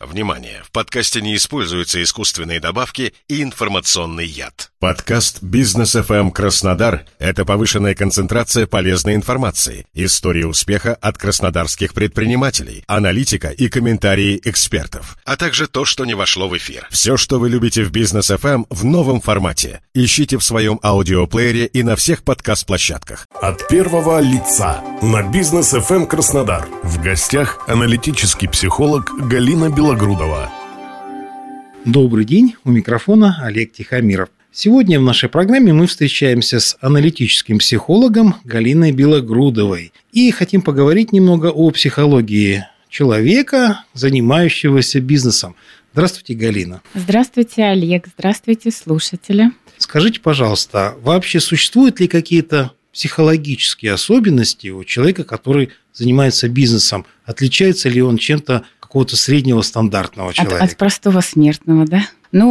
Внимание! В подкасте не используются искусственные добавки и информационный яд. Подкаст «Бизнес ФМ Краснодар» — это повышенная концентрация полезной информации, истории успеха от краснодарских предпринимателей, аналитика и комментарии экспертов, А также то, что не вошло в эфир. все, что вы любите в «Бизнес ФМ» в новом формате. Ищите в своем аудиоплеере и на всех подкаст-площадках. От первого лица на Бизнес ФМ Краснодар. В гостях аналитический психолог Галина Белогрудова. Добрый день, у микрофона Олег Тихомиров. Сегодня в нашей программе мы встречаемся с аналитическим психологом Галиной Белогрудовой и хотим поговорить немного о психологии человека, занимающегося бизнесом. Здравствуйте, Галина. Здравствуйте, Олег. Здравствуйте, слушатели. Скажите, пожалуйста, вообще существуют ли какие-то психологические особенности у человека, который занимается бизнесом? Отличается ли он чем-то какого-то среднего стандартного человека? От простого смертного, да?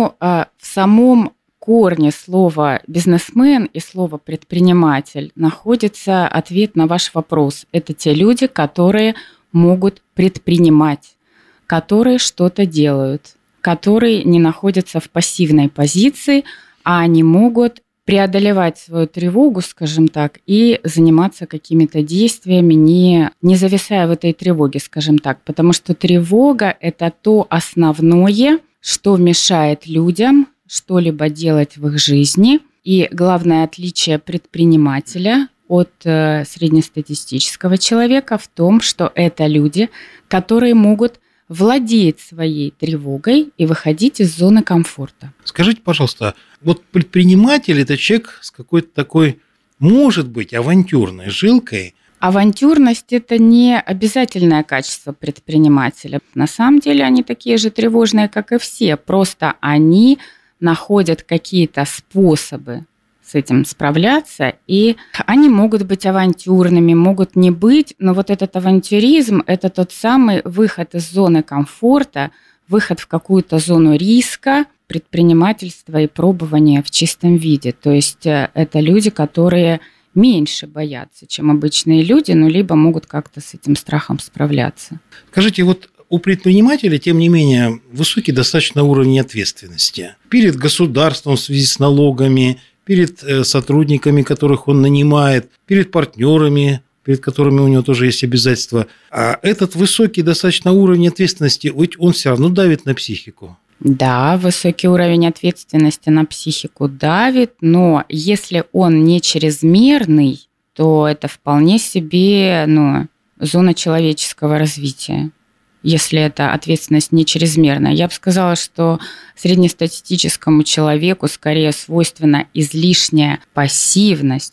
В самом корне слова «бизнесмен» и слова «предприниматель» находится ответ на ваш вопрос. Это те люди, которые могут предпринимать, которые что-то делают, которые не находятся в пассивной позиции, а они могут преодолевать свою тревогу, скажем так, и заниматься какими-то действиями, не зависая в этой тревоге, скажем так. Потому что тревога – это то основное, что мешает людям что-либо делать в их жизни. И главное отличие предпринимателя от среднестатистического человека в том, что это люди, которые могут владеть своей тревогой и выходить из зоны комфорта. Скажите, пожалуйста, вот предприниматель – это человек с какой-то такой, может быть, авантюрной жилкой. Авантюрность – это не обязательное качество предпринимателя. На самом деле они такие же тревожные, как и все, просто они находят какие-то способы с этим справляться, и они могут быть авантюрными, могут не быть, но вот этот авантюризм – это тот самый выход из зоны комфорта, выход в какую-то зону риска, предпринимательства и пробования в чистом виде. То есть это люди, которые меньше боятся, чем обычные люди, но либо могут как-то с этим страхом справляться. Скажите, вот у предпринимателя, тем не менее, высокий достаточно уровень ответственности перед государством в связи с налогами, перед сотрудниками, которых он нанимает, перед партнерами, перед которыми у него тоже есть обязательства. А этот высокий достаточно уровень ответственности, ведь он все равно давит на психику. Да, высокий уровень ответственности на психику давит, но если он не чрезмерный, то это вполне себе зона человеческого развития. Если эта ответственность не чрезмерная. Я бы сказала, что среднестатистическому человеку скорее свойственна излишняя пассивность.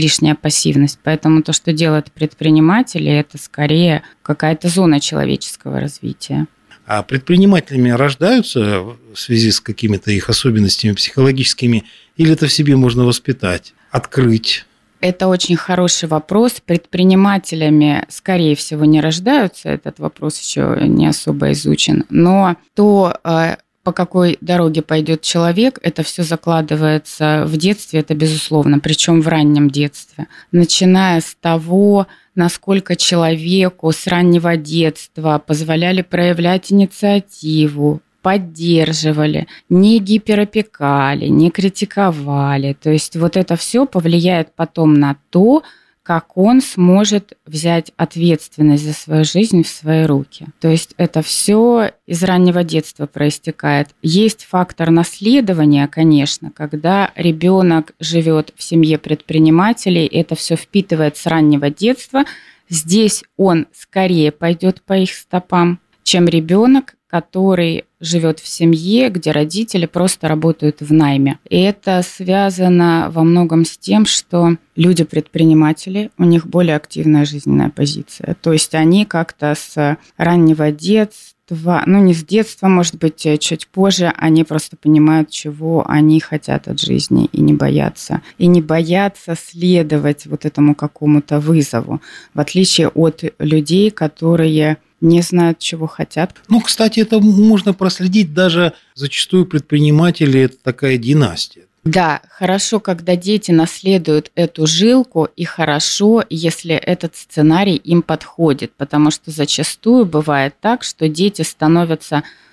Поэтому то, что делают предприниматели, это скорее какая-то зона человеческого развития. А предпринимателями рождаются в связи с какими-то их особенностями психологическими, или это в себе можно воспитать, открыть? Это очень хороший вопрос. Предпринимателями, скорее всего, не рождаются. Этот вопрос еще не особо изучен. Но то, по какой дороге пойдет человек, это все закладывается в детстве, это безусловно, причем в раннем детстве. Начиная с того, насколько человеку с раннего детства позволяли проявлять инициативу, поддерживали, не гиперопекали, не критиковали. То есть вот это все повлияет потом на то, как он сможет взять ответственность за свою жизнь в свои руки. То есть это все из раннего детства проистекает. Есть фактор наследования, конечно, когда ребенок живет в семье предпринимателей, это все впитывает с раннего детства. Здесь он скорее пойдет по их стопам, чем ребенок, который живет в семье, где родители просто работают в найме. И это связано во многом с тем, что люди-предприниматели, у них более активная жизненная позиция. То есть они как-то с раннего детства, не с детства, может быть, чуть позже, они просто понимают, чего они хотят от жизни и не боятся. И не боятся следовать вот этому какому-то вызову, в отличие от людей, которые не знают, чего хотят. Кстати, это можно проследить даже зачастую предприниматели, это такая династия. Да, хорошо, когда дети наследуют эту жилку, и хорошо, если этот сценарий им подходит, потому что зачастую бывает так, что дети становятся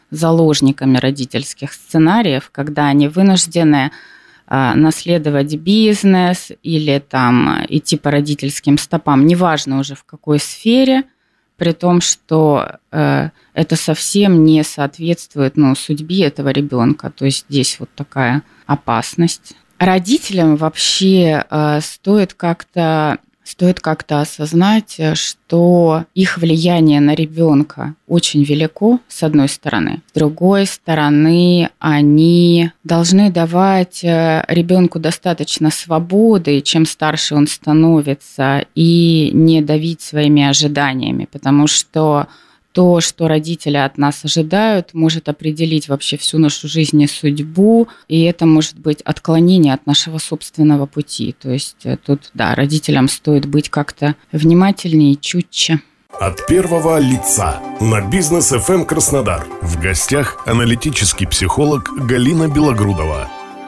заложниками родительских сценариев, когда они вынуждены наследовать бизнес или там идти по родительским стопам, неважно уже в какой сфере, при том, что это совсем не соответствует судьбе этого ребенка. То есть здесь вот такая опасность. Родителям вообще стоит как-то осознать, что их влияние на ребенка очень велико, с одной стороны. С другой стороны, они должны давать ребенку достаточно свободы, чем старше он становится, и не давить своими ожиданиями, потому что то, что родители от нас ожидают, может определить вообще всю нашу жизнь и судьбу, и это может быть отклонение от нашего собственного пути. То есть тут, да, родителям стоит быть как-то внимательнее и чутче. От первого лица на Бизнес ФМ Краснодар. В гостях аналитический психолог Галина Белогрудова.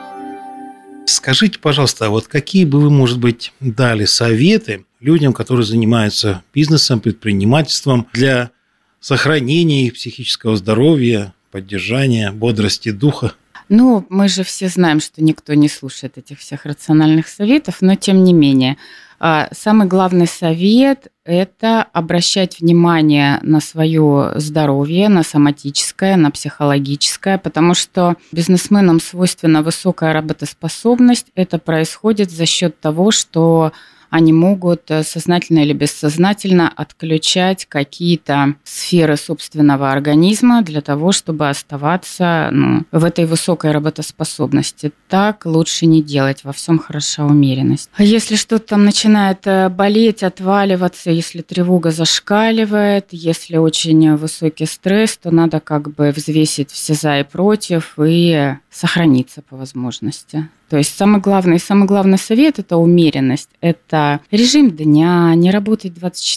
Скажите, пожалуйста, вот какие бы вы, может быть, дали советы людям, которые занимаются бизнесом, предпринимательством для сохранения их психического здоровья, поддержания, бодрости духа? Мы же все знаем, что никто не слушает этих всех рациональных советов, но тем не менее. Самый главный совет – это обращать внимание на свое здоровье, на соматическое, на психологическое, потому что бизнесменам свойственна высокая работоспособность. Это происходит за счет того, что они могут сознательно или бессознательно отключать какие-то сферы собственного организма для того, чтобы оставаться в этой высокой работоспособности. Так лучше не делать, во всем хороша умеренность. А если что-то там начинает болеть, отваливаться, если тревога зашкаливает, если очень высокий стресс, то надо взвесить все за и против и сохраниться по возможности. То есть самый главный совет – это умеренность. Это режим дня, не работать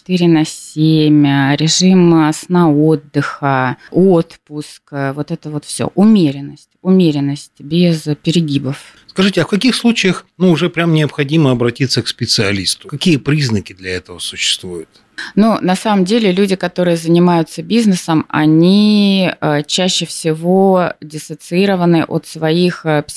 24/7, режим сна-отдыха, отпуск, вот это вот все. Умеренность без перегибов. Скажите, а в каких случаях уже прям необходимо обратиться к специалисту? Какие признаки для этого существуют? На самом деле люди, которые занимаются бизнесом, они чаще всего диссоциированы от своей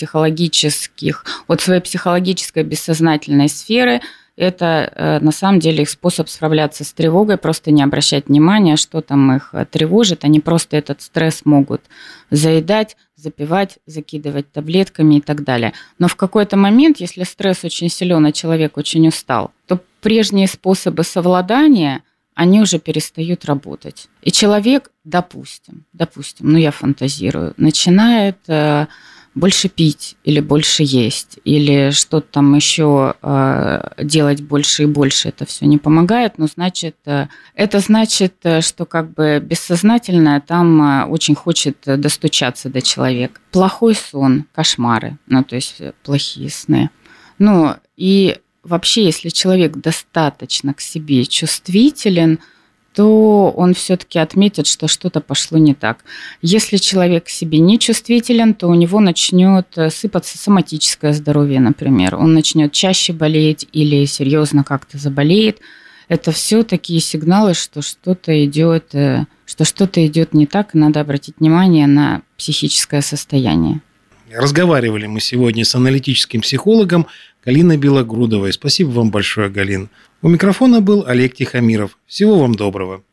психологической бессознательной сферы. Это на самом деле их способ справляться с тревогой, просто не обращать внимания, что там их тревожит. Они просто этот стресс могут заедать, запивать, закидывать таблетками и так далее. Но в какой-то момент, если стресс очень силен, а человек очень устал, то прежние способы совладания, они уже перестают работать. И человек, допустим, я фантазирую, начинает больше пить или больше есть, или что-то там еще делать больше и больше, это все не помогает, но это значит, что бессознательное там очень хочет достучаться до человека. Плохой сон, кошмары, то есть плохие сны. И вообще, если человек достаточно к себе чувствителен, то он все-таки отметит, что что-то пошло не так. Если человек к себе не чувствителен, то у него начнет сыпаться соматическое здоровье, например. Он начнет чаще болеть или серьезно как-то заболеет. Это все такие сигналы, что что-то идет не так, и надо обратить внимание на психическое состояние. Разговаривали мы сегодня с аналитическим психологом Галиной Белогрудовой. Спасибо вам большое, Галин. У микрофона был Олег Тихомиров. Всего вам доброго.